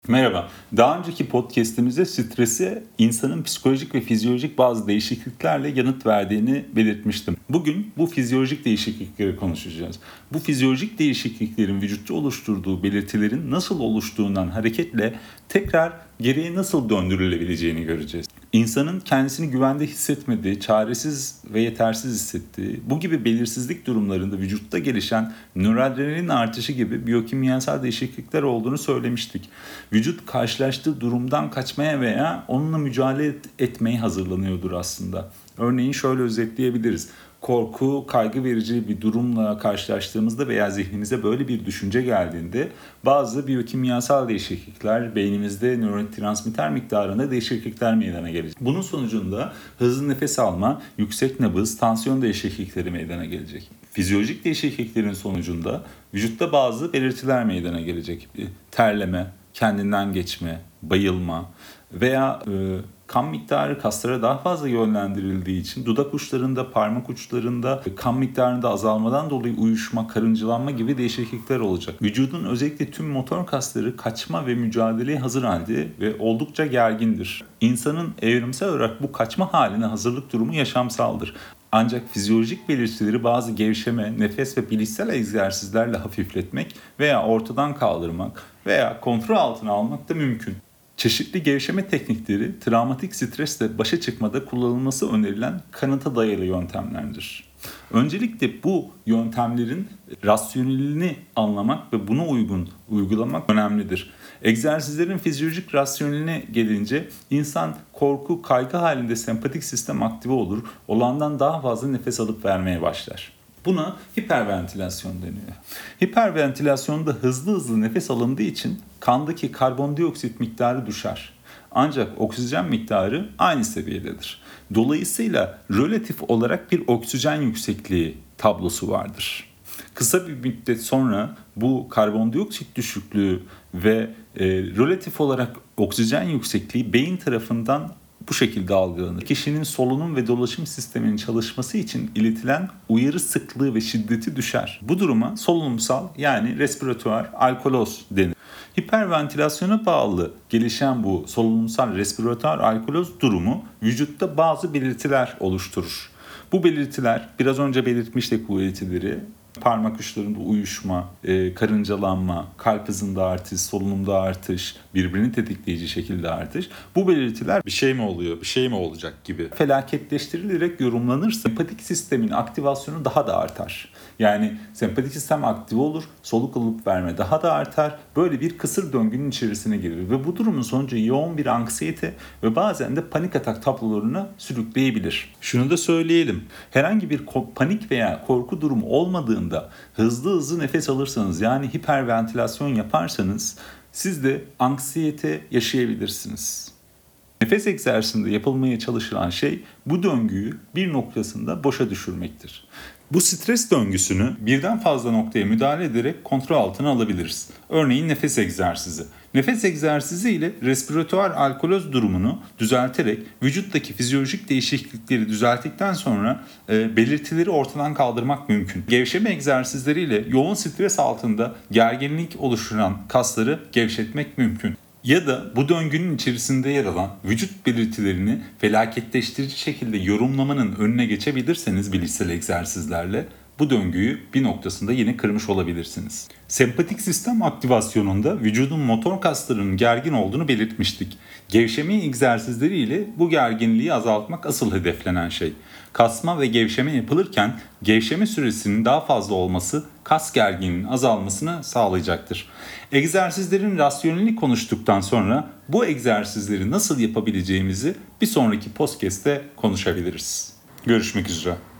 Merhaba. Daha önceki podcast'imizde stresi insanın psikolojik ve fizyolojik bazı değişikliklerle yanıt verdiğini belirtmiştim. Bugün bu fizyolojik değişiklikleri konuşacağız. Bu fizyolojik değişikliklerin vücutta oluşturduğu belirtilerin nasıl oluştuğundan hareketle tekrar geriye nasıl döndürülebileceğini göreceğiz. İnsanın kendisini güvende hissetmediği, çaresiz ve yetersiz hissettiği, bu gibi belirsizlik durumlarında vücutta gelişen nöroadrenalin artışı gibi biyokimyasal değişiklikler olduğunu söylemiştik. Vücut karşılaştığı durumdan kaçmaya veya onunla mücadele etmeye hazırlanıyordur aslında. Örneğin şöyle özetleyebiliriz. Korku, kaygı verici bir durumla karşılaştığımızda veya zihnimize böyle bir düşünce geldiğinde bazı biyokimyasal değişiklikler, beynimizde nörotransmitter miktarında değişiklikler meydana gelecek. Bunun sonucunda hızlı nefes alma, yüksek nabız, tansiyon değişiklikleri meydana gelecek. Fizyolojik değişikliklerin sonucunda vücutta bazı belirtiler meydana gelecek. Terleme, kendinden geçme, bayılma veya kan miktarı kaslara daha fazla yönlendirildiği için dudak uçlarında, parmak uçlarında kan miktarında azalmadan dolayı uyuşma, karıncalanma gibi değişiklikler olacak. Vücudun özellikle tüm motor kasları kaçma ve mücadeleye hazır halde ve oldukça gergindir. İnsanın evrimsel olarak bu kaçma haline hazırlık durumu yaşamsaldır. Ancak fizyolojik belirtileri bazı gevşeme, nefes ve bilişsel egzersizlerle hafifletmek veya ortadan kaldırmak veya kontrol altına almak da mümkün. Çeşitli gevşeme teknikleri travmatik stresle başa çıkmada kullanılması önerilen kanıta dayalı yöntemlerdir. Öncelikle bu yöntemlerin rasyonelini anlamak ve buna uygun uygulamak önemlidir. Egzersizlerin fizyolojik rasyoneline gelince insan korku, kaygı halinde sempatik sistem aktive olur, olandan daha fazla nefes alıp vermeye başlar. Buna hiperventilasyon deniyor. Hiperventilasyonda hızlı nefes alındığı için kandaki karbondioksit miktarı düşer. Ancak oksijen miktarı aynı seviyededir. Dolayısıyla relatif olarak bir oksijen yüksekliği tablosu vardır. Kısa bir müddet sonra bu karbondioksit düşüklüğü ve relatif olarak oksijen yüksekliği beyin tarafından bu şekilde algılanır. Kişinin solunum ve dolaşım sisteminin çalışması için iletilen uyarı sıklığı ve şiddeti düşer. Bu duruma solunumsal yani respiratuar alkaloz denir. Hiperventilasyona bağlı gelişen bu solunumsal respiratuar alkaloz durumu vücutta bazı belirtiler oluşturur. Bu belirtiler biraz önce belirtmiştik bu belirtileri. Parmak uçlarında uyuşma, karıncalanma, kalp hızında artış, solunumda artış, birbirini tetikleyici şekilde artış. Bu belirtiler bir şey mi oluyor, bir şey mi olacak gibi felaketleştirilerek yorumlanırsa sempatik sistemin aktivasyonu daha da artar. Yani sempatik sistem aktive olur, soluk alıp verme daha da artar. Böyle bir kısır döngünün içerisine girir ve bu durumun sonucu yoğun bir anksiyete ve bazen de panik atak tablolarına sürükleyebilir. Şunu da söyleyelim. Herhangi bir panik veya korku durumu olmadığında hızlı nefes alırsanız yani hiperventilasyon yaparsanız siz de anksiyete yaşayabilirsiniz. Nefes egzersizinde yapılmaya çalışılan şey bu döngüyü bir noktasında boşa düşürmektir. Bu stres döngüsünü birden fazla noktaya müdahale ederek kontrol altına alabiliriz. Örneğin nefes egzersizi. Nefes egzersizi ile respiratuar alkaloz durumunu düzelterek vücuttaki fizyolojik değişiklikleri düzelttikten sonra belirtileri ortadan kaldırmak mümkün. Gevşeme egzersizleriyle yoğun stres altında gerginlik oluşturan kasları gevşetmek mümkün. Ya da bu döngünün içerisinde yer alan vücut belirtilerini felaketleştirici şekilde yorumlamanın önüne geçebilirseniz bilişsel egzersizlerle bu döngüyü bir noktasında yine kırmış olabilirsiniz. Sempatik sistem aktivasyonunda vücudun motor kaslarının gergin olduğunu belirtmiştik. Gevşeme egzersizleri ile bu gerginliği azaltmak asıl hedeflenen şey. Kasma ve gevşeme yapılırken gevşeme süresinin daha fazla olması kas gerginliğinin azalmasını sağlayacaktır. Egzersizlerin rasyonelini konuştuktan sonra bu egzersizleri nasıl yapabileceğimizi bir sonraki podcast'te konuşabiliriz. Görüşmek üzere.